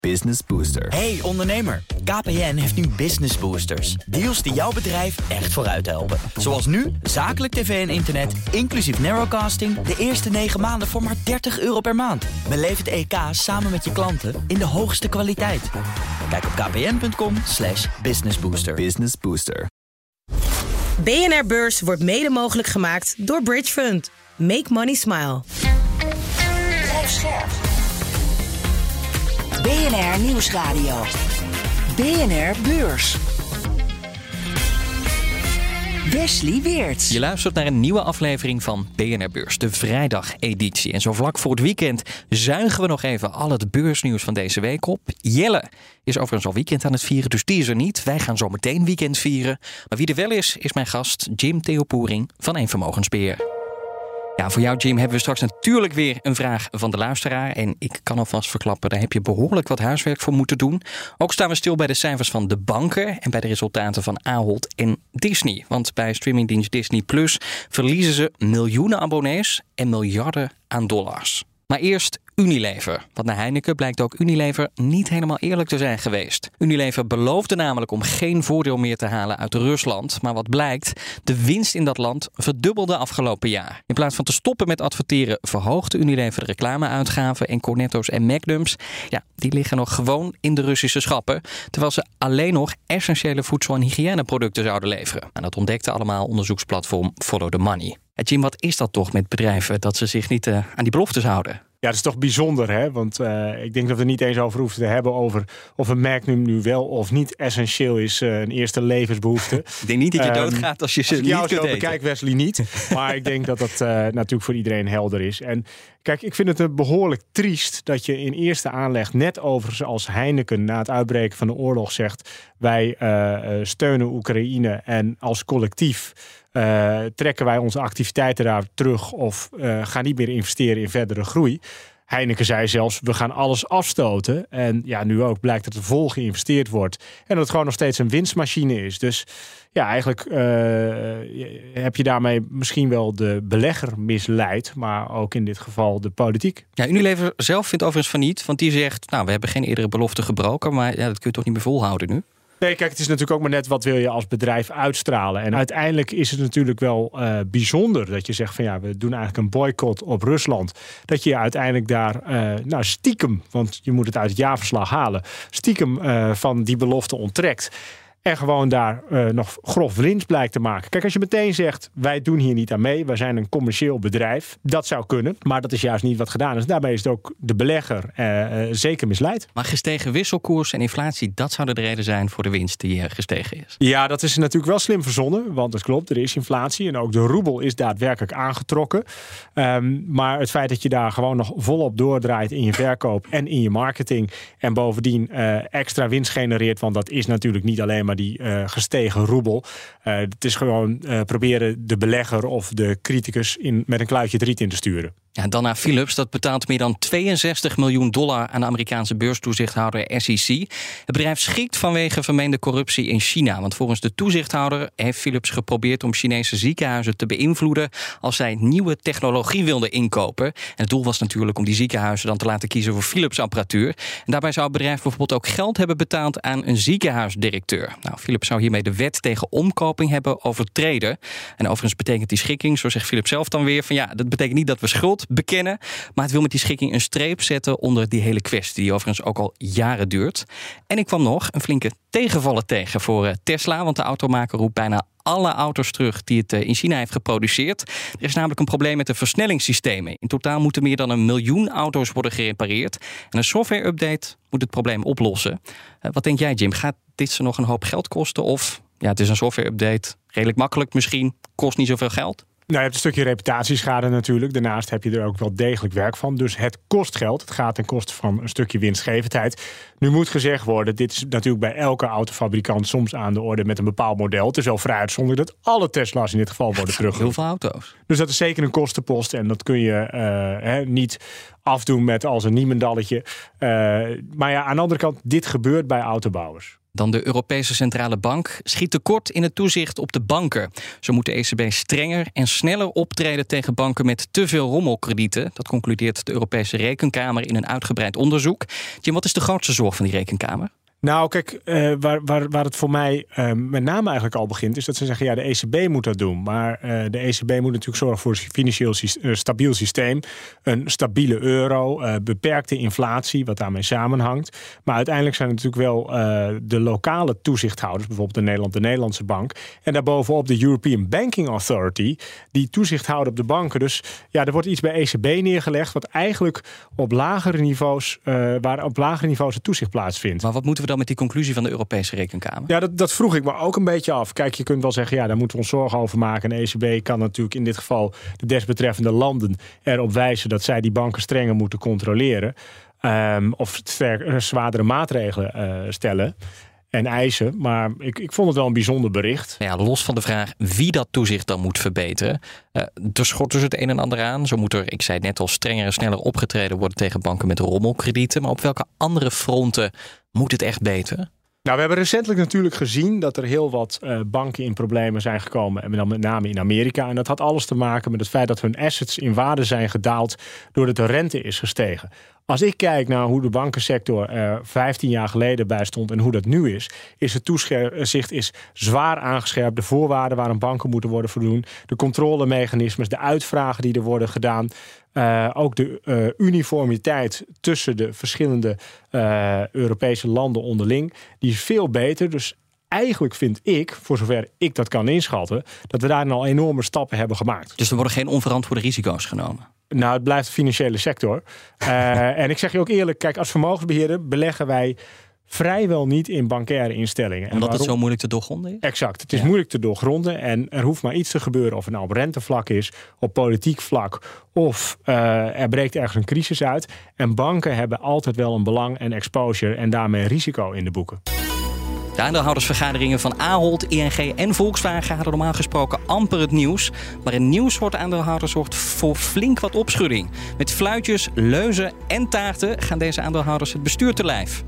Business Booster. Hey ondernemer, KPN heeft nu Business Boosters. Deals die jouw bedrijf echt vooruit helpen. Zoals nu, zakelijk tv en internet, inclusief narrowcasting... de eerste 9 maanden voor maar €30 per maand. Beleef het EK samen met je klanten in de hoogste kwaliteit. Kijk op kpn.com/businessbooster. Business Booster. BNR Beurs wordt mede mogelijk gemaakt door Bridge Fund. Make money smile. BNR Nieuwsradio. BNR Beurs. Wesley Weerts. Je luistert naar een nieuwe aflevering van BNR Beurs, de vrijdag-editie. En zo vlak voor het weekend zuigen we nog even al het beursnieuws van deze week op. Jelle is overigens al weekend aan het vieren, dus die is er niet. Wij gaan zo meteen weekend vieren. Maar wie er wel is mijn gast Jim Theopoering van Eén Vermogensbeheer. Ja, voor jou, Jim, hebben we straks natuurlijk weer een vraag van de luisteraar. En ik kan alvast verklappen, daar heb je behoorlijk wat huiswerk voor moeten doen. Ook staan we stil bij de cijfers van de banken en bij de resultaten van Ahold en Disney. Want bij streamingdienst Disney Plus verliezen ze miljoenen abonnees en miljarden aan dollars. Maar eerst Unilever. Want naar Heineken blijkt ook Unilever niet helemaal eerlijk te zijn geweest. Unilever beloofde namelijk om geen voordeel meer te halen uit Rusland. Maar wat blijkt, de winst in dat land verdubbelde afgelopen jaar. In plaats van te stoppen met adverteren verhoogde Unilever de reclameuitgaven. En Cornetto's en Magnums, ja, die liggen nog gewoon in de Russische schappen. Terwijl ze alleen nog essentiële voedsel- en hygiëneproducten zouden leveren. En dat ontdekte allemaal onderzoeksplatform Follow the Money. Jim, wat is dat toch met bedrijven dat ze zich niet aan die beloftes houden? Ja, dat is toch bijzonder, hè? Want ik denk dat we er niet eens over hoeven te hebben over of een Magnum nu wel of niet essentieel is, een eerste levensbehoefte. Ik denk niet dat je doodgaat als je ze niet kunt eten. Bekijk, Wesley, niet. Maar ik denk dat dat natuurlijk voor iedereen helder is. En kijk, ik vind het behoorlijk triest dat je in eerste aanleg, net overigens als Heineken na het uitbreken van de oorlog zegt, wij steunen Oekraïne en als collectief trekken wij onze activiteiten daar terug of gaan niet meer investeren in verdere groei. Heineken zei zelfs, we gaan alles afstoten. En ja, nu ook blijkt dat er vol geïnvesteerd wordt. En dat het gewoon nog steeds een winstmachine is. Dus ja, eigenlijk heb je daarmee misschien wel de belegger misleid. Maar ook in dit geval de politiek. Ja, Unilever zelf vindt overigens van niet. Want die zegt, nou, we hebben geen eerdere belofte gebroken. Maar ja, dat kun je toch niet meer volhouden nu? Nee, kijk, het is natuurlijk ook maar net wat wil je als bedrijf uitstralen. En uiteindelijk is het natuurlijk wel bijzonder dat je zegt van ja, we doen eigenlijk een boycott op Rusland. Dat je uiteindelijk daar stiekem, want je moet het uit het jaarverslag halen, stiekem van die belofte onttrekt. En gewoon daar nog grof winst blijkt te maken. Kijk, als je meteen zegt, wij doen hier niet aan mee. Wij zijn een commercieel bedrijf. Dat zou kunnen. Maar dat is juist niet wat gedaan is. Daarbij is het ook de belegger zeker misleid. Maar gestegen wisselkoers en inflatie, dat zouden de reden zijn voor de winst die gestegen is. Ja, dat is natuurlijk wel slim verzonnen. Want het klopt, er is inflatie. En ook de roebel is daadwerkelijk aangetrokken. Maar het feit dat je daar gewoon nog volop doordraait in je verkoop en in je marketing. En bovendien extra winst genereert. Want dat is natuurlijk niet alleen maar die gestegen roebel. Het is gewoon proberen de belegger of de criticus met een kluitje het riet in te sturen. Ja, dan naar Philips. Dat betaalt meer dan $62 miljoen aan de Amerikaanse beurstoezichthouder SEC. Het bedrijf schikt vanwege vermeende corruptie in China. Want volgens de toezichthouder heeft Philips geprobeerd om Chinese ziekenhuizen te beïnvloeden als zij nieuwe technologie wilden inkopen. En het doel was natuurlijk om die ziekenhuizen dan te laten kiezen voor Philips apparatuur. En daarbij zou het bedrijf bijvoorbeeld ook geld hebben betaald aan een ziekenhuisdirecteur. Nou, Philips zou hiermee de wet tegen omkoping hebben overtreden. En overigens betekent die schikking, zo zegt Philips zelf dan weer, van ja, dat betekent niet dat we schuld bekennen, maar het wil met die schikking een streep zetten onder die hele kwestie, die overigens ook al jaren duurt. En ik kwam nog een flinke tegenvaller tegen voor Tesla, want de automaker roept bijna alle auto's terug die het in China heeft geproduceerd. Er is namelijk een probleem met de versnellingssystemen. In totaal moeten meer dan 1 miljoen auto's worden gerepareerd. En een software-update moet het probleem oplossen. Wat denk jij, Jim? Gaat dit ze nog een hoop geld kosten? Of ja, het is een software-update, redelijk makkelijk misschien, kost niet zoveel geld? Nou, je hebt een stukje reputatieschade natuurlijk. Daarnaast heb je er ook wel degelijk werk van. Dus het kost geld. Het gaat ten koste van een stukje winstgevendheid. Nu moet gezegd worden, dit is natuurlijk bij elke autofabrikant soms aan de orde met een bepaald model. Het is wel vrij uitzonderlijk dat alle Tesla's in dit geval worden teruggeroepen. Heel veel auto's. Dus dat is zeker een kostenpost. En dat kun je niet afdoen met als een niemendalletje. Maar ja, aan de andere kant, dit gebeurt bij autobouwers. Dan de Europese Centrale Bank schiet tekort in het toezicht op de banken. Zo moet de ECB strenger en sneller optreden tegen banken met te veel rommelkredieten. Dat concludeert de Europese Rekenkamer in een uitgebreid onderzoek. Jim, wat is de grootste zorg van die Rekenkamer? Nou, kijk, waar het voor mij met name eigenlijk al begint, is dat ze zeggen, ja, de ECB moet dat doen. Maar de ECB moet natuurlijk zorgen voor een financieel stabiel systeem, een stabiele euro, beperkte inflatie, wat daarmee samenhangt. Maar uiteindelijk zijn het natuurlijk wel de lokale toezichthouders, bijvoorbeeld de Nederlandse Bank, en daarbovenop de European Banking Authority, die toezicht houden op de banken. Dus ja, er wordt iets bij ECB neergelegd, wat eigenlijk op lagere niveaus, waar op lagere niveaus het toezicht plaatsvindt. Maar wat moeten we dan met die conclusie van de Europese Rekenkamer? Ja, dat vroeg ik me ook een beetje af. Kijk, je kunt wel zeggen, ja, daar moeten we ons zorgen over maken. En de ECB kan natuurlijk in dit geval de desbetreffende landen erop wijzen dat zij die banken strenger moeten controleren. Of zwaardere maatregelen stellen en eisen. Maar ik vond het wel een bijzonder bericht. Ja, los van de vraag wie dat toezicht dan moet verbeteren. Er schort dus het een en ander aan. Zo moet er, ik zei het net al, strenger en sneller opgetreden worden tegen banken met rommelkredieten. Maar op welke andere fronten moet het echt beter? Nou, we hebben recentelijk natuurlijk gezien dat er heel wat banken in problemen zijn gekomen. En dan met name in Amerika. En dat had alles te maken met het feit dat hun assets in waarde zijn gedaald doordat de rente is gestegen. Als ik kijk naar hoe de bankensector 15 jaar geleden bij stond en hoe dat nu is het toezicht is zwaar aangescherpt. De voorwaarden waaraan banken moeten worden voldoen. De controlemechanismes, de uitvragen die er worden gedaan. Ook de uniformiteit tussen de verschillende Europese landen onderling, die is veel beter. Dus eigenlijk vind ik, voor zover ik dat kan inschatten, dat we daar al enorme stappen hebben gemaakt. Dus er worden geen onverantwoorde risico's genomen? Nou, het blijft de financiële sector. En ik zeg je ook eerlijk, kijk, als vermogensbeheerder beleggen wij vrijwel niet in bankaire instellingen. Omdat het zo moeilijk te doorgronden is? Exact. Het is moeilijk te doorgronden en er hoeft maar iets te gebeuren, of het nou op rentevlak is, op politiek vlak, of er breekt ergens een crisis uit. En banken hebben altijd wel een belang en exposure en daarmee risico in de boeken. De aandeelhoudersvergaderingen van Ahold, ING en Volkswagen hadden normaal gesproken amper het nieuws. Maar een nieuw soort aandeelhouder zorgt voor flink wat opschudding. Met fluitjes, leuzen en taarten gaan deze aandeelhouders het bestuur te lijf.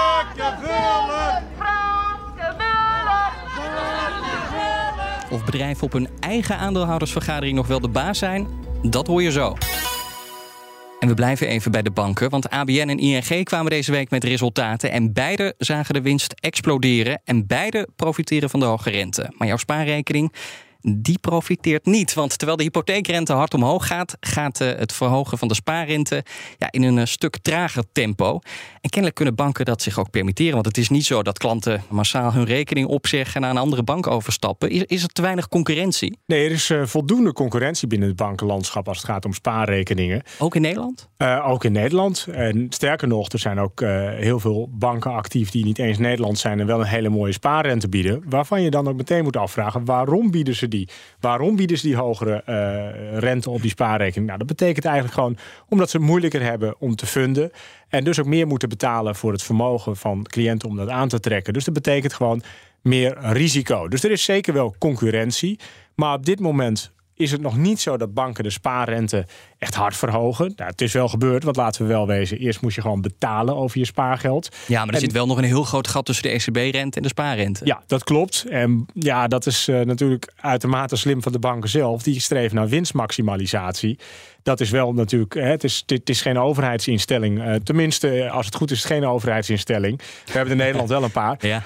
Of bedrijven op hun eigen aandeelhoudersvergadering nog wel de baas zijn, dat hoor je zo. En we blijven even bij de banken, want ABN en ING kwamen deze week met resultaten en beide zagen de winst exploderen en beide profiteren van de hoge rente. Maar jouw spaarrekening, die profiteert niet, want terwijl de hypotheekrente hard omhoog gaat het verhogen van de spaarrente in een stuk trager tempo. En kennelijk kunnen banken dat zich ook permitteren, want het is niet zo dat klanten massaal hun rekening opzeggen en naar een andere bank overstappen. Is er te weinig concurrentie? Nee, er is voldoende concurrentie binnen het bankenlandschap als het gaat om spaarrekeningen. Ook in Nederland? Ook in Nederland. En sterker nog, er zijn ook heel veel banken actief die niet eens Nederland zijn en wel een hele mooie spaarrente bieden. Waarvan je dan ook meteen moet afvragen, waarom bieden ze die? Waarom bieden ze die hogere rente op die spaarrekening? Nou, dat betekent eigenlijk gewoon omdat ze het moeilijker hebben om te funden. En dus ook meer moeten betalen voor het vermogen van cliënten om dat aan te trekken. Dus dat betekent gewoon meer risico. Dus er is zeker wel concurrentie. Maar op dit moment is het nog niet zo dat banken de spaarrente echt hard verhogen. Nou, het is wel gebeurd, want laten we wel wezen. Eerst moest je gewoon betalen over je spaargeld. Ja, maar er zit wel nog een heel groot gat tussen de ECB-rente en de spaarrente. Ja, dat klopt. En ja, dat is natuurlijk uitermate slim van de banken zelf. Die streven naar winstmaximalisatie. Dat is wel natuurlijk, het is geen overheidsinstelling. Tenminste, als het goed is, het geen overheidsinstelling. We hebben in Nederland wel een paar. Ja.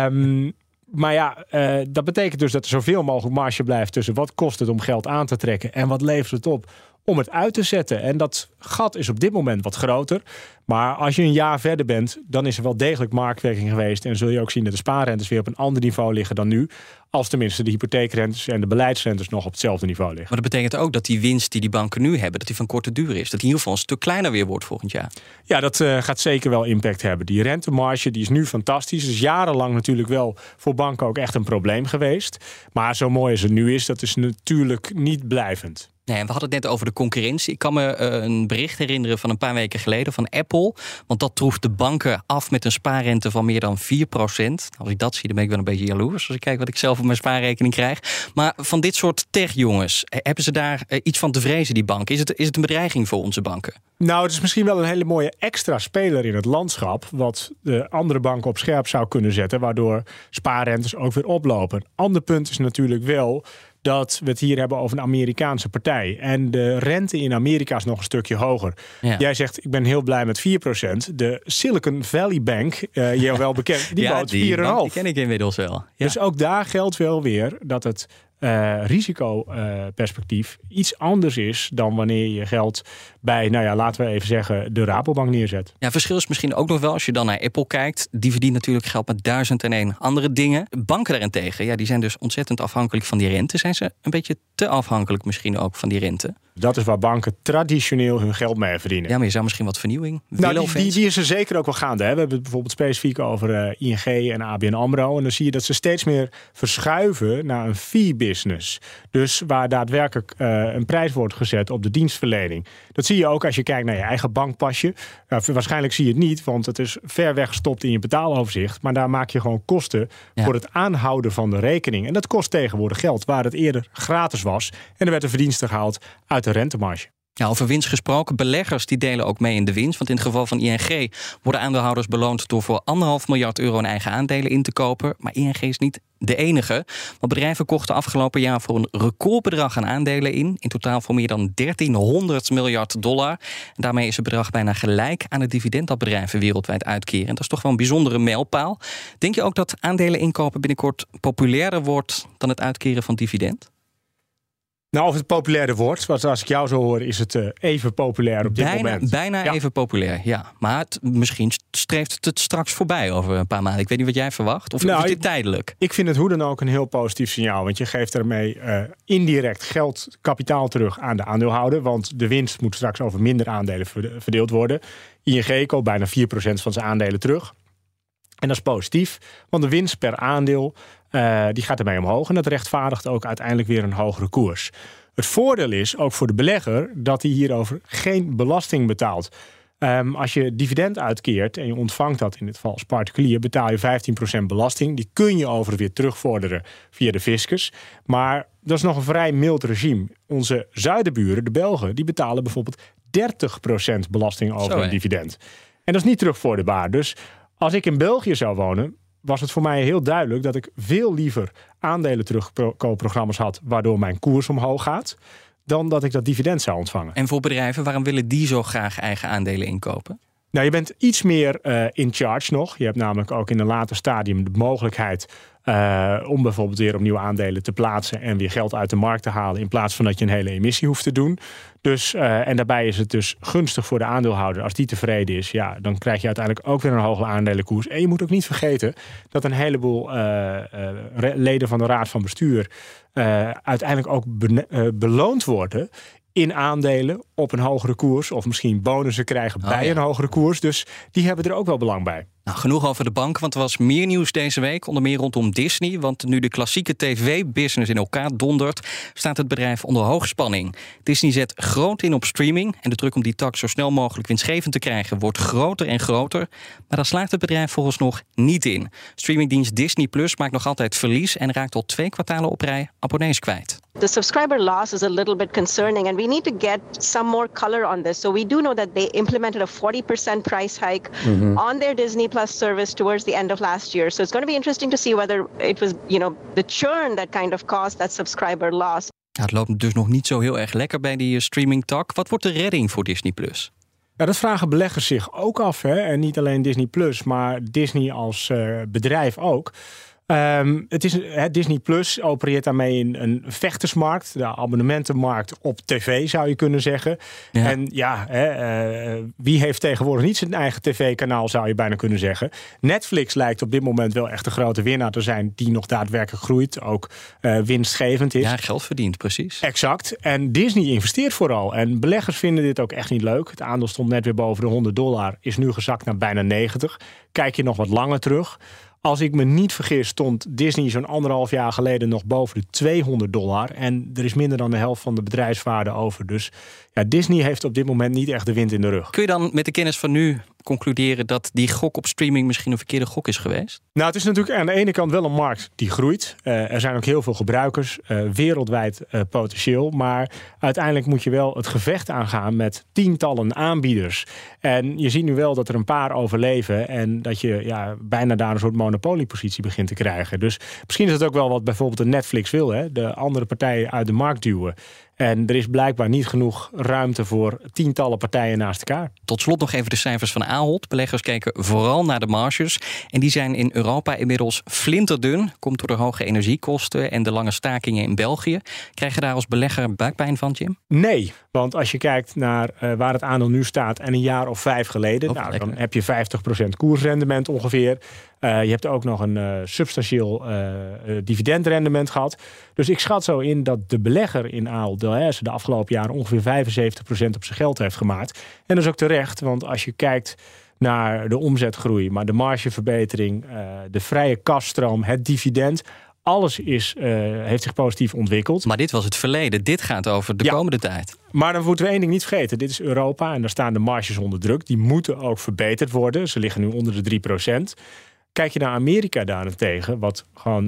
Maar ja, dat betekent dus dat er zoveel mogelijk marge blijft tussen wat kost het om geld aan te trekken en wat levert het op om het uit te zetten. En dat gat is op dit moment wat groter. Maar als je een jaar verder bent, dan is er wel degelijk marktwerking geweest. En zul je ook zien dat de spaarrentes weer op een ander niveau liggen dan nu. Als tenminste de hypotheekrentes en de beleidsrentes nog op hetzelfde niveau liggen. Maar dat betekent ook dat die winst die banken nu hebben, dat die van korte duur is. Dat die in ieder geval een stuk kleiner weer wordt volgend jaar. Ja, dat gaat zeker wel impact hebben. Die rentemarge die is nu fantastisch. Dus jarenlang natuurlijk wel voor banken ook echt een probleem geweest. Maar zo mooi als het nu is, dat is natuurlijk niet blijvend. Nee, en we hadden het net over de concurrentie. Ik kan me een bericht herinneren van een paar weken geleden van Apple. Want dat troeft de banken af met een spaarrente van meer dan 4%. Als ik dat zie, dan ben ik wel een beetje jaloers. Als ik kijk wat ik zelf op mijn spaarrekening krijg. Maar van dit soort tech-jongens, hebben ze daar iets van te vrezen, die banken? Is het een bedreiging voor onze banken? Nou, het is misschien wel een hele mooie extra speler in het landschap, wat de andere banken op scherp zou kunnen zetten, waardoor spaarrentes ook weer oplopen. Een ander punt is natuurlijk wel dat we het hier hebben over een Amerikaanse partij. En de rente in Amerika is nog een stukje hoger. Ja. Jij zegt, ik ben heel blij met 4%. De Silicon Valley Bank, jou wel bekend, die bood 4,5%. Die ken ik inmiddels wel. Ja. Dus ook daar geldt wel weer dat het risicoperspectief iets anders is dan wanneer je geld bij, laten we even zeggen, de Rabobank neerzet. Ja, verschil is misschien ook nog wel als je dan naar Apple kijkt. Die verdient natuurlijk geld met 1001 andere dingen. Banken daarentegen, die zijn dus ontzettend afhankelijk van die rente. Zijn ze een beetje te afhankelijk misschien ook van die rente? Dat is waar banken traditioneel hun geld mee verdienen. Ja, maar je zou misschien wat vernieuwing willen. Die is er zeker ook wel gaande. Hè. We hebben het bijvoorbeeld specifiek over ING en ABN AMRO. En dan zie je dat ze steeds meer verschuiven naar een fee-business. Dus waar daadwerkelijk een prijs wordt gezet op de dienstverlening. Dat zie je ook als je kijkt naar je eigen bankpasje. Waarschijnlijk zie je het niet, want het is ver weg gestopt in je betaaloverzicht. Maar daar maak je gewoon kosten voor het aanhouden van de rekening. En dat kost tegenwoordig geld, waar het eerder gratis was. En er werd een verdienste gehaald uit de rentemarge. Ja, over winst gesproken, beleggers die delen ook mee in de winst. Want in het geval van ING worden aandeelhouders beloond door voor €1,5 miljard in eigen aandelen in te kopen. Maar ING is niet de enige. Want bedrijven kochten afgelopen jaar voor een recordbedrag aan aandelen in. In totaal voor meer dan $1300 miljard. En daarmee is het bedrag bijna gelijk aan het dividend dat bedrijven wereldwijd uitkeren. En dat is toch wel een bijzondere mijlpaal. Denk je ook dat aandelen inkopen binnenkort populairder wordt dan het uitkeren van dividend? Nou, of het populairder wordt, want als ik jou zo hoor, is het even populair op dit moment. Bijna even populair, ja. Maar misschien streeft het straks voorbij over een paar maanden. Ik weet niet wat jij verwacht. Of is dit tijdelijk? Ik vind het hoe dan ook een heel positief signaal. Want je geeft ermee indirect kapitaal terug aan de aandeelhouder. Want de winst moet straks over minder aandelen verdeeld worden. ING koopt bijna 4% van zijn aandelen terug. En dat is positief, want de winst per aandeel die gaat ermee omhoog. En dat rechtvaardigt ook uiteindelijk weer een hogere koers. Het voordeel is, ook voor de belegger, dat hij hierover geen belasting betaalt. Als je dividend uitkeert en je ontvangt dat in dit geval als particulier, betaal je 15% belasting. Die kun je overigens weer terugvorderen via de fiscus. Maar dat is nog een vrij mild regime. Onze zuidenburen, de Belgen, die betalen bijvoorbeeld 30% belasting over een dividend. En dat is niet terugvorderbaar. Dus als ik in België zou wonen, was het voor mij heel duidelijk dat ik veel liever aandelen terugkoopprogramma's had, waardoor mijn koers omhoog gaat, dan dat ik dat dividend zou ontvangen. En voor bedrijven, waarom willen die zo graag eigen aandelen inkopen? Nou, je bent iets meer in charge nog. Je hebt namelijk ook in een later stadium de mogelijkheid om bijvoorbeeld weer opnieuw aandelen te plaatsen en weer geld uit de markt te halen, in plaats van dat je een hele emissie hoeft te doen. Dus, en daarbij is het dus gunstig voor de aandeelhouder. Als die tevreden is, dan krijg je uiteindelijk ook weer een hogere aandelenkoers. En je moet ook niet vergeten dat een heleboel leden van de raad van bestuur uiteindelijk ook beloond worden in aandelen op een hogere koers, of misschien bonussen krijgen bij een hogere koers. Dus die hebben er ook wel belang bij. Nou, genoeg over de bank, want er was meer nieuws deze week. Onder meer rondom Disney. Want nu de klassieke tv-business in elkaar dondert, staat het bedrijf onder hoogspanning. Disney zet groot in op streaming. En de druk om die tak zo snel mogelijk winstgevend te krijgen wordt groter en groter. Maar daar slaagt het bedrijf volgens nog niet in. Streamingdienst Disney Plus maakt nog altijd verlies en raakt al 2 kwartalen op rij abonnees kwijt. The subscriber loss is a little bit concerning, and we need to get some more color on this. So we do know that they implemented a 40% price hike on their Disney Plus service towards the end of last year. So it's going to be interesting to see whether it was, the churn that kind of caused that subscriber loss. Ja, het loopt dus nog niet zo heel erg lekker bij die streamingtak. Wat wordt de redding voor Disney Plus? Ja, dat vragen beleggers zich ook af. Hè? En niet alleen Disney Plus, maar Disney als bedrijf ook. Disney Plus opereert daarmee in een vechtersmarkt, de abonnementenmarkt op tv zou je kunnen zeggen. Ja. En wie heeft tegenwoordig niet zijn eigen tv-kanaal, zou je bijna kunnen zeggen. Netflix lijkt op dit moment wel echt de grote winnaar te zijn die nog daadwerkelijk groeit, ook winstgevend is. Ja, geld verdient, precies. Exact. En Disney investeert vooral. En beleggers vinden dit ook echt niet leuk. Het aandeel stond net weer boven de $100, is nu gezakt naar bijna 90. Kijk je nog wat langer terug, Als ik me niet vergis, stond Disney zo'n 1,5 jaar geleden nog boven de $200. En er is minder dan de helft van de bedrijfswaarde over. Dus ja, Disney heeft op dit moment niet echt de wind in de rug. Kun je dan met de kennis van nu concluderen dat die gok op streaming misschien een verkeerde gok is geweest? Nou, het is natuurlijk aan de ene kant wel een markt die groeit. Er zijn ook heel veel gebruikers, wereldwijd potentieel. Maar uiteindelijk moet je wel het gevecht aangaan met tientallen aanbieders. En je ziet nu wel dat er een paar overleven en dat je bijna daar een soort monopoliepositie begint te krijgen. Dus misschien is dat ook wel wat bijvoorbeeld de Netflix wil, hè? De andere partijen uit de markt duwen. En er is blijkbaar niet genoeg ruimte voor tientallen partijen naast elkaar. Tot slot nog even de cijfers van Ahold. Beleggers kijken vooral naar de marges. En die zijn in Europa inmiddels flinterdun. Komt door de hoge energiekosten en de lange stakingen in België. Krijg je daar als belegger buikpijn van, Jim? Nee, want als je kijkt naar waar het aandeel nu staat en een jaar of 5 geleden... dan heb je 50% koersrendement ongeveer. Je hebt ook nog een substantieel dividendrendement gehad. Dus ik schat zo in dat de belegger in Ahold Delhaize de afgelopen jaren ongeveer 75% op zijn geld heeft gemaakt. En dat is ook terecht, want als je kijkt naar de omzetgroei, maar de margeverbetering, de vrije kasstroom, het dividend, alles heeft zich positief ontwikkeld. Maar dit was het verleden. Dit gaat over de komende tijd. Maar dan moeten we één ding niet vergeten. Dit is Europa en daar staan de marges onder druk. Die moeten ook verbeterd worden. Ze liggen nu onder de 3%. Kijk je naar Amerika daarentegen, wat gewoon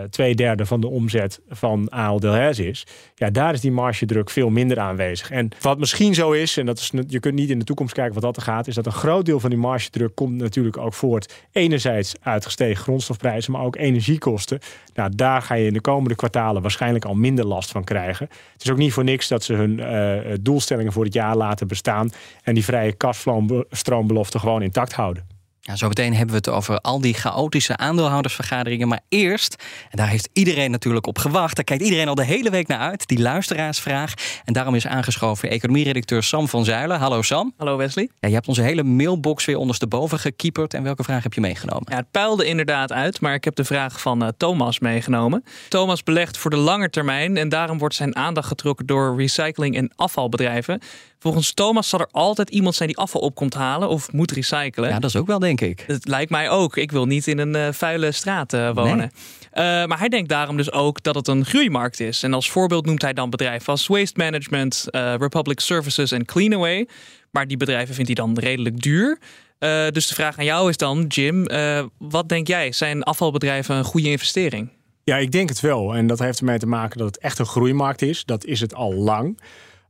2/3 van de omzet van Ahold Delhaize is. Ja, daar is die margedruk veel minder aanwezig. En wat misschien zo is, en dat is, je kunt niet in de toekomst kijken wat dat er gaat, is dat een groot deel van die margedruk komt natuurlijk ook voort. Enerzijds uit gestegen grondstofprijzen, maar ook energiekosten. Nou, daar ga je in de komende kwartalen waarschijnlijk al minder last van krijgen. Het is ook niet voor niks dat ze hun doelstellingen voor het jaar laten bestaan en die vrije kasstroombelofte gewoon intact houden. Ja, zo meteen hebben we het over al die chaotische aandeelhoudersvergaderingen. Maar eerst, en daar heeft iedereen natuurlijk op gewacht, daar kijkt iedereen al de hele week naar uit, die luisteraarsvraag. En daarom is aangeschoven economieredacteur Sam van Zuilen. Hallo Sam. Hallo Wesley. Ja, je hebt onze hele mailbox weer ondersteboven gekieperd. En welke vraag heb je meegenomen? Ja, het puilde inderdaad uit, maar ik heb de vraag van Thomas meegenomen. Thomas belegt voor de lange termijn en daarom wordt zijn aandacht getrokken door recycling- en afvalbedrijven. Volgens Thomas zal er altijd iemand zijn die afval op komt halen of moet recyclen. Ja, dat is ook wel, denk ik. Het lijkt mij ook. Ik wil niet in een vuile straat wonen. Nee. Maar hij denkt daarom dus ook dat het een groeimarkt is. En als voorbeeld noemt hij dan bedrijven als Waste Management, Republic Services en Cleanaway. Maar die bedrijven vindt hij dan redelijk duur. Dus de vraag aan jou is dan, Jim, wat denk jij? Zijn afvalbedrijven een goede investering? Ja, ik denk het wel. En dat heeft ermee te maken dat het echt een groeimarkt is. Dat is het al lang.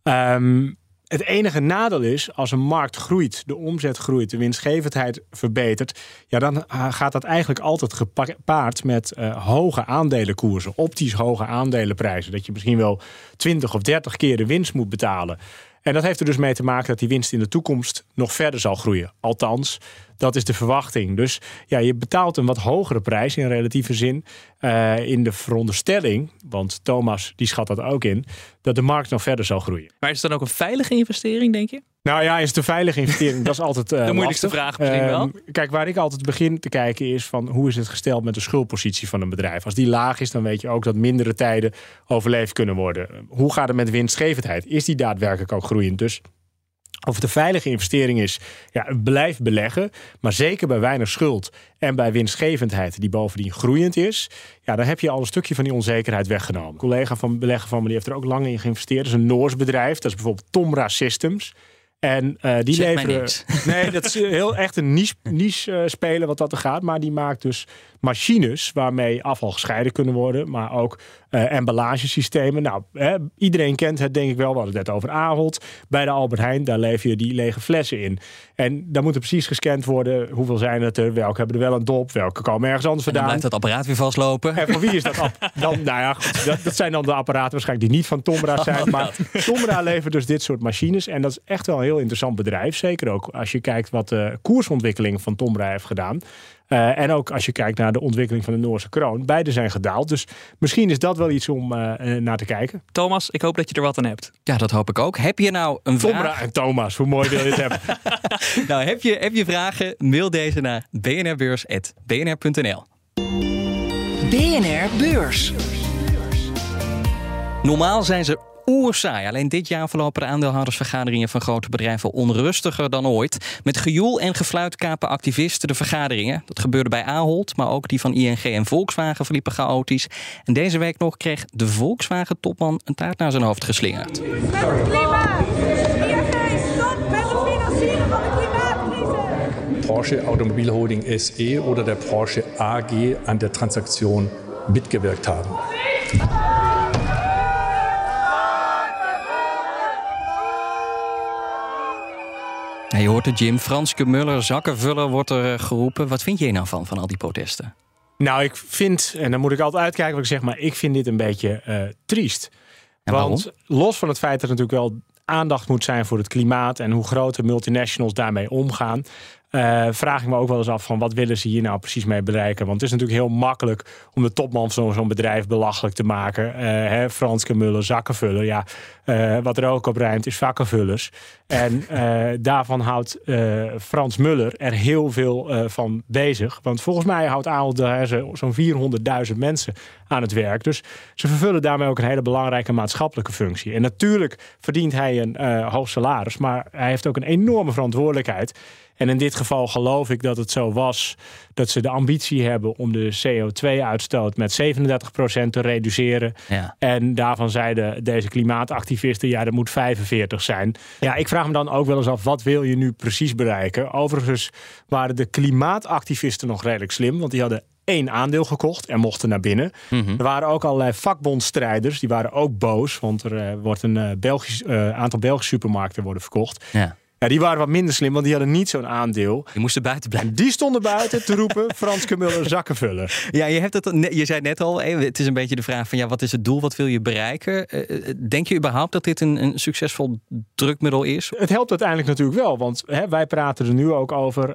Het enige nadeel is, als een markt groeit, de omzet groeit, de winstgevendheid verbetert, ja, dan gaat dat eigenlijk altijd gepaard met hoge aandelenkoersen, optisch hoge aandelenprijzen. Dat je misschien wel 20 of 30 keer de winst moet betalen. En dat heeft er dus mee te maken dat die winst in de toekomst nog verder zal groeien. Althans, dat is de verwachting. Dus ja, je betaalt een wat hogere prijs in relatieve zin in de veronderstelling, want Thomas die schat dat ook in, dat de markt nog verder zal groeien. Maar is het dan ook een veilige investering, denk je? Nou ja, is het een veilige investering? Dat is altijd de moeilijkste vraag misschien wel. Kijk, waar ik altijd begin te kijken is van hoe is het gesteld met de schuldpositie van een bedrijf. Als die laag is, dan weet je ook dat mindere tijden overleefd kunnen worden. Hoe gaat het met winstgevendheid? Is die daadwerkelijk ook groeiend? Dus of het een veilige investering is, ja, blijf beleggen. Maar zeker bij weinig schuld en bij winstgevendheid die bovendien groeiend is, ja, dan heb je al een stukje van die onzekerheid weggenomen. Een collega van belegger van me die heeft er ook lang in geïnvesteerd. Dat is een Noors bedrijf. Dat is bijvoorbeeld Tomra Systems. En die leveren. Nee, dat is echt een niche speler wat dat er gaat. Maar die maakt dus machines waarmee afval gescheiden kunnen worden. Maar ook emballagesystemen. Nou, iedereen kent het, denk ik wel. We hadden het net over Ahold. Bij de Albert Heijn, daar lever je die lege flessen in. En daar moet er precies gescand worden. Hoeveel zijn het er? Welke hebben er wel een dop? Welke komen ergens anders vandaan? En dan blijft dat apparaat weer vastlopen. En voor wie is dat? Nou ja, goed, dat zijn dan de apparaten waarschijnlijk die niet van Tomra zijn. Maar Tomra levert dus dit soort machines. En dat is echt wel een heel interessant bedrijf. Zeker ook als je kijkt wat de koersontwikkeling van Tomra heeft gedaan. En ook als je kijkt naar de ontwikkeling van de Noorse kroon. Beide zijn gedaald. Dus misschien is dat wel iets om naar te kijken. Thomas, ik hoop dat je er wat aan hebt. Ja, dat hoop ik ook. Heb je nou een vraag? Tomra en Thomas, hoe mooi wil je het hebben? Nou, heb je vragen? Mail deze naar bnrbeurs@bnr.nl. BNR Beurs. Normaal zijn ze oersaai. Alleen dit jaar verlopen de aandeelhoudersvergaderingen van grote bedrijven onrustiger dan ooit. Met gejoel en gefluit kapen activisten de vergaderingen. Dat gebeurde bij Ahold, maar ook die van ING en Volkswagen verliepen chaotisch. En deze week nog kreeg de Volkswagen-topman een taart naar zijn hoofd geslingerd. Met het klimaat! ING, stop met het financieren van de klimaatcrisis! Porsche Automobilholding SE oder der Porsche AG an der Transaktion mitgewirkt haben. Ja, je hoort het, Jim. Franske Muller, zakkenvuller wordt er geroepen. Wat vind jij nou van al die protesten? Nou, ik vind, en dan moet ik altijd uitkijken wat ik zeg, maar ik vind dit een beetje triest. En want los van het feit dat er natuurlijk wel aandacht moet zijn voor het klimaat en hoe grote multinationals daarmee omgaan, vraag ik me ook wel eens af van wat willen ze hier nou precies mee bereiken. Want het is natuurlijk heel makkelijk om de topman van zo'n bedrijf belachelijk te maken. Franske Muller, zakkenvuller. Ja, wat er ook op rijmt is vakkenvullers. En daarvan houdt Frans Muller er heel veel van bezig. Want volgens mij houdt Ahold zo'n 400.000 mensen aan het werk. Dus ze vervullen daarmee ook een hele belangrijke maatschappelijke functie. En natuurlijk verdient hij een hoog salaris, maar hij heeft ook een enorme verantwoordelijkheid. En in dit geval geloof ik dat het zo was dat ze de ambitie hebben om de CO2-uitstoot met 37% te reduceren. Ja. En daarvan zeiden deze klimaatactivisten, ja, dat moet 45 zijn. Ja, ik vraag me dan ook wel eens af, wat wil je nu precies bereiken? Overigens waren de klimaatactivisten nog redelijk slim, want die hadden 1 aandeel gekocht en mochten naar binnen. Mm-hmm. Er waren ook allerlei vakbondstrijders, die waren ook boos, want er wordt een aantal Belgische supermarkten worden verkocht. Ja. Ja, die waren wat minder slim, want die hadden niet zo'n aandeel. Die moesten buiten blijven. En die stonden buiten te roepen, Franske Muller, zakkenvuller. Ja, je zei net al, het is een beetje de vraag van ja, wat is het doel, wat wil je bereiken? Denk je überhaupt dat dit een succesvol drukmiddel is? Het helpt uiteindelijk natuurlijk wel, want wij praten er nu ook over.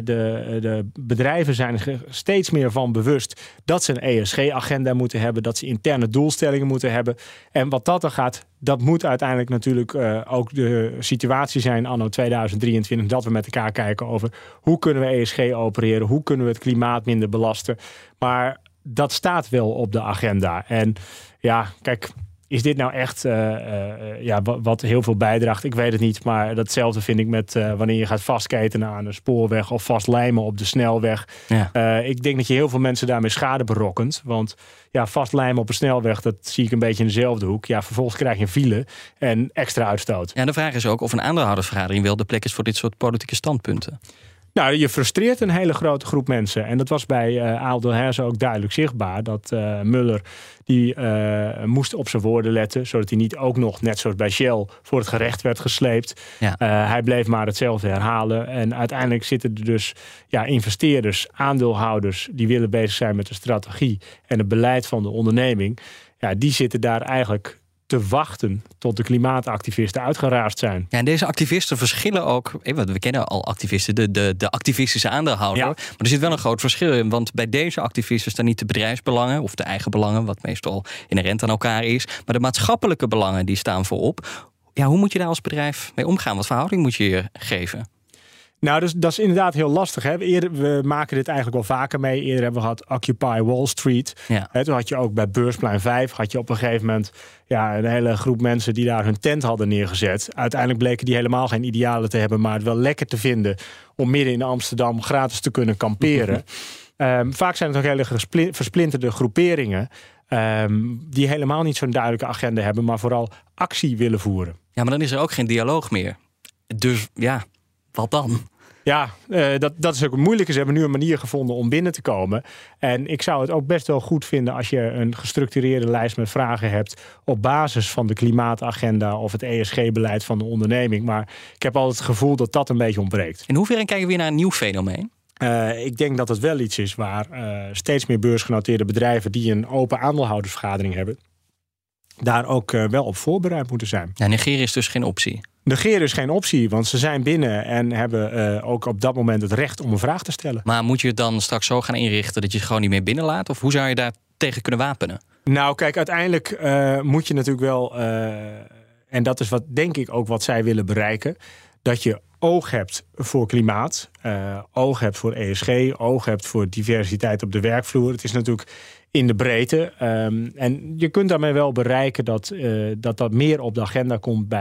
De bedrijven zijn er steeds meer van bewust dat ze een ESG-agenda moeten hebben, dat ze interne doelstellingen moeten hebben. En wat dat er gaat, dat moet uiteindelijk natuurlijk ook de situatie zijn anno 2023... dat we met elkaar kijken over hoe kunnen we ESG opereren, hoe kunnen we het klimaat minder belasten. Maar dat staat wel op de agenda. En ja, kijk, is dit nou echt wat heel veel bijdraagt? Ik weet het niet, maar datzelfde vind ik met wanneer je gaat vastketenen aan een spoorweg of vastlijmen op de snelweg. Ja. Ik denk dat je heel veel mensen daarmee schade berokkent. Want ja, vastlijmen op een snelweg, dat zie ik een beetje in dezelfde hoek. Ja, vervolgens krijg je een file en extra uitstoot. Ja, de vraag is ook of een aandeelhoudersvergadering wel de plek is voor dit soort politieke standpunten. Nou, je frustreert een hele grote groep mensen. En dat was bij Ahold Delhaize ook duidelijk zichtbaar. Dat Muller, die moest op zijn woorden letten, zodat hij niet ook nog, net zoals bij Shell, voor het gerecht werd gesleept. Ja. Hij bleef maar hetzelfde herhalen. En uiteindelijk zitten er dus investeerders, aandeelhouders, die willen bezig zijn met de strategie en het beleid van de onderneming. Ja, die zitten daar eigenlijk te wachten tot de klimaatactivisten uitgeraasd zijn. Ja, en deze activisten verschillen ook. We kennen al activisten, de activistische aandeelhouder. Ja. Maar er zit wel een groot verschil in. Want bij deze activisten staan niet de bedrijfsbelangen of de eigen belangen, wat meestal inherent aan elkaar is. Maar de maatschappelijke belangen die staan voorop. Ja, hoe moet je daar als bedrijf mee omgaan? Wat verhouding moet je hier geven? Nou, dus dat is inderdaad heel lastig. Hè? We maken dit eigenlijk wel vaker mee. Eerder hebben we gehad Occupy Wall Street. Ja. Toen had je ook bij Beursplein 5... had je op een gegeven moment een hele groep mensen die daar hun tent hadden neergezet. Uiteindelijk bleken die helemaal geen idealen te hebben, maar het wel lekker te vinden om midden in Amsterdam gratis te kunnen kamperen. Vaak zijn het ook hele versplinterde groeperingen die helemaal niet zo'n duidelijke agenda hebben, maar vooral actie willen voeren. Ja, maar dan is er ook geen dialoog meer. Dus ja, wat dan? Ja, dat is ook moeilijk. Ze hebben nu een manier gevonden om binnen te komen. En ik zou het ook best wel goed vinden als je een gestructureerde lijst met vragen hebt op basis van de klimaatagenda of het ESG-beleid van de onderneming. Maar ik heb altijd het gevoel dat dat een beetje ontbreekt. In hoeverre kijken we weer naar een nieuw fenomeen? Ik denk dat het wel iets is waar steeds meer beursgenoteerde bedrijven die een open aandeelhoudersvergadering hebben, daar ook wel op voorbereid moeten zijn. Ja, negeren is dus geen optie. Negeren is geen optie, want ze zijn binnen en hebben ook op dat moment het recht om een vraag te stellen. Maar moet je het dan straks zo gaan inrichten dat je het gewoon niet meer binnenlaat? Of hoe zou je daar tegen kunnen wapenen? Nou, kijk, uiteindelijk moet je natuurlijk wel, en dat is wat denk ik ook wat zij willen bereiken, dat je oog hebt voor klimaat, oog hebt voor ESG, oog hebt voor diversiteit op de werkvloer. Het is natuurlijk in de breedte. En je kunt daarmee wel bereiken dat meer op de agenda komt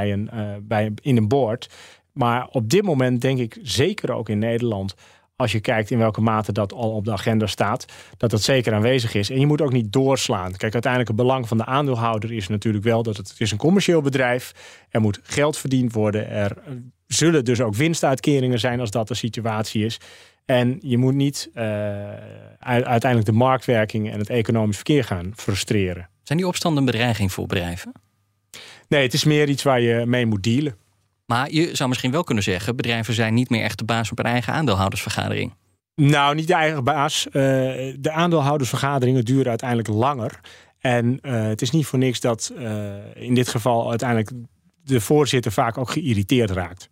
in een board. Maar op dit moment denk ik, zeker ook in Nederland, als je kijkt in welke mate dat al op de agenda staat, dat dat zeker aanwezig is. En je moet ook niet doorslaan. Kijk, uiteindelijk het belang van de aandeelhouder is natuurlijk wel dat het is een commercieel bedrijf. Er moet geld verdiend worden. Er zullen dus ook winstuitkeringen zijn als dat de situatie is. En je moet niet uiteindelijk de marktwerking en het economisch verkeer gaan frustreren. Zijn die opstanden een bedreiging voor bedrijven? Nee, het is meer iets waar je mee moet dealen. Maar je zou misschien wel kunnen zeggen, bedrijven zijn niet meer echt de baas op een eigen aandeelhoudersvergadering. Nou, niet de eigen baas. De aandeelhoudersvergaderingen duren uiteindelijk langer. En het is niet voor niks dat in dit geval uiteindelijk de voorzitter vaak ook geïrriteerd raakt.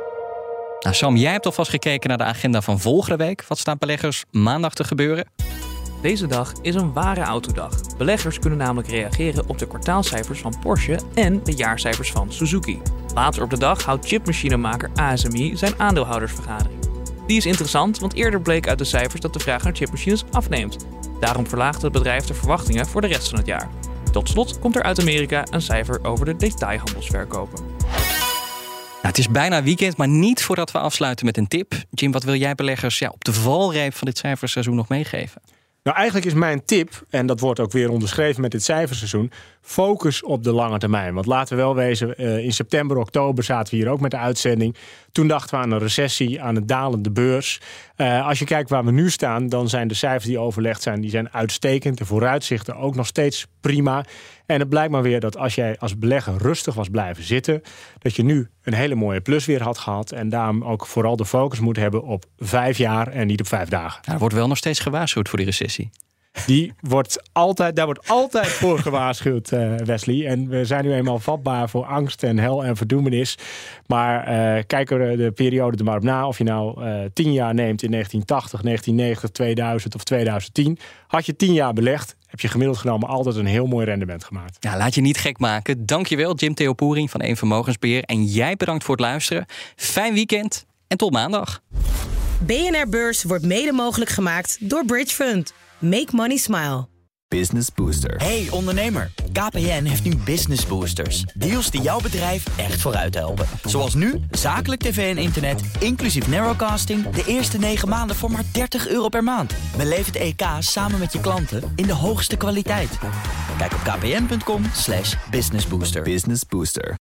Nou, Sam, jij hebt alvast gekeken naar de agenda van volgende week. Wat staat beleggers maandag te gebeuren? Deze dag is een ware autodag. Beleggers kunnen namelijk reageren op de kwartaalcijfers van Porsche en de jaarcijfers van Suzuki. Later op de dag houdt chipmachinemaker ASMI zijn aandeelhoudersvergadering. Die is interessant, want eerder bleek uit de cijfers dat de vraag naar chipmachines afneemt. Daarom verlaagt het bedrijf de verwachtingen voor de rest van het jaar. Tot slot komt er uit Amerika een cijfer over de detailhandelsverkopen. Nou, het is bijna weekend, maar niet voordat we afsluiten met een tip. Jim, wat wil jij beleggers op de valreep van dit cijferseizoen nog meegeven? Nou, eigenlijk is mijn tip, en dat wordt ook weer onderschreven met dit cijferseizoen, focus op de lange termijn. Want laten we wel wezen, in september, oktober zaten we hier ook met de uitzending. Toen dachten we aan een recessie, aan een dalende beurs. Als je kijkt waar we nu staan, dan zijn de cijfers die overlegd zijn, die zijn uitstekend. De vooruitzichten ook nog steeds prima. En het blijkt maar weer dat als jij als belegger rustig was blijven zitten, dat je nu een hele mooie plus weer had gehad. En daarom ook vooral de focus moet hebben op 5 jaar en niet op 5 dagen. Nou, er wordt wel nog steeds gewaarschuwd voor die recessie. Daar wordt altijd voor gewaarschuwd, Wesley. En we zijn nu eenmaal vatbaar voor angst en hel en verdoemenis. Maar kijk er de periode er maar op na. Of je nou 10 jaar neemt in 1980, 1990, 2000 of 2010. Had je 10 jaar belegd, heb je gemiddeld genomen altijd een heel mooi rendement gemaakt. Ja, laat je niet gek maken. Dankjewel, Jim Theopoering van Eén Vermogensbeheer. En jij bedankt voor het luisteren. Fijn weekend en tot maandag. BNR Beurs wordt mede mogelijk gemaakt door Bridge Fund. Make money smile. Business Booster. Hey ondernemer, KPN heeft nu Business Boosters. Deals die jouw bedrijf echt vooruit helpen. Zoals nu, zakelijk tv en internet, inclusief narrowcasting, de eerste 9 maanden voor maar €30 per maand. Beleef het EK samen met je klanten in de hoogste kwaliteit. Kijk op kpn.com/businessbooster. Business Booster.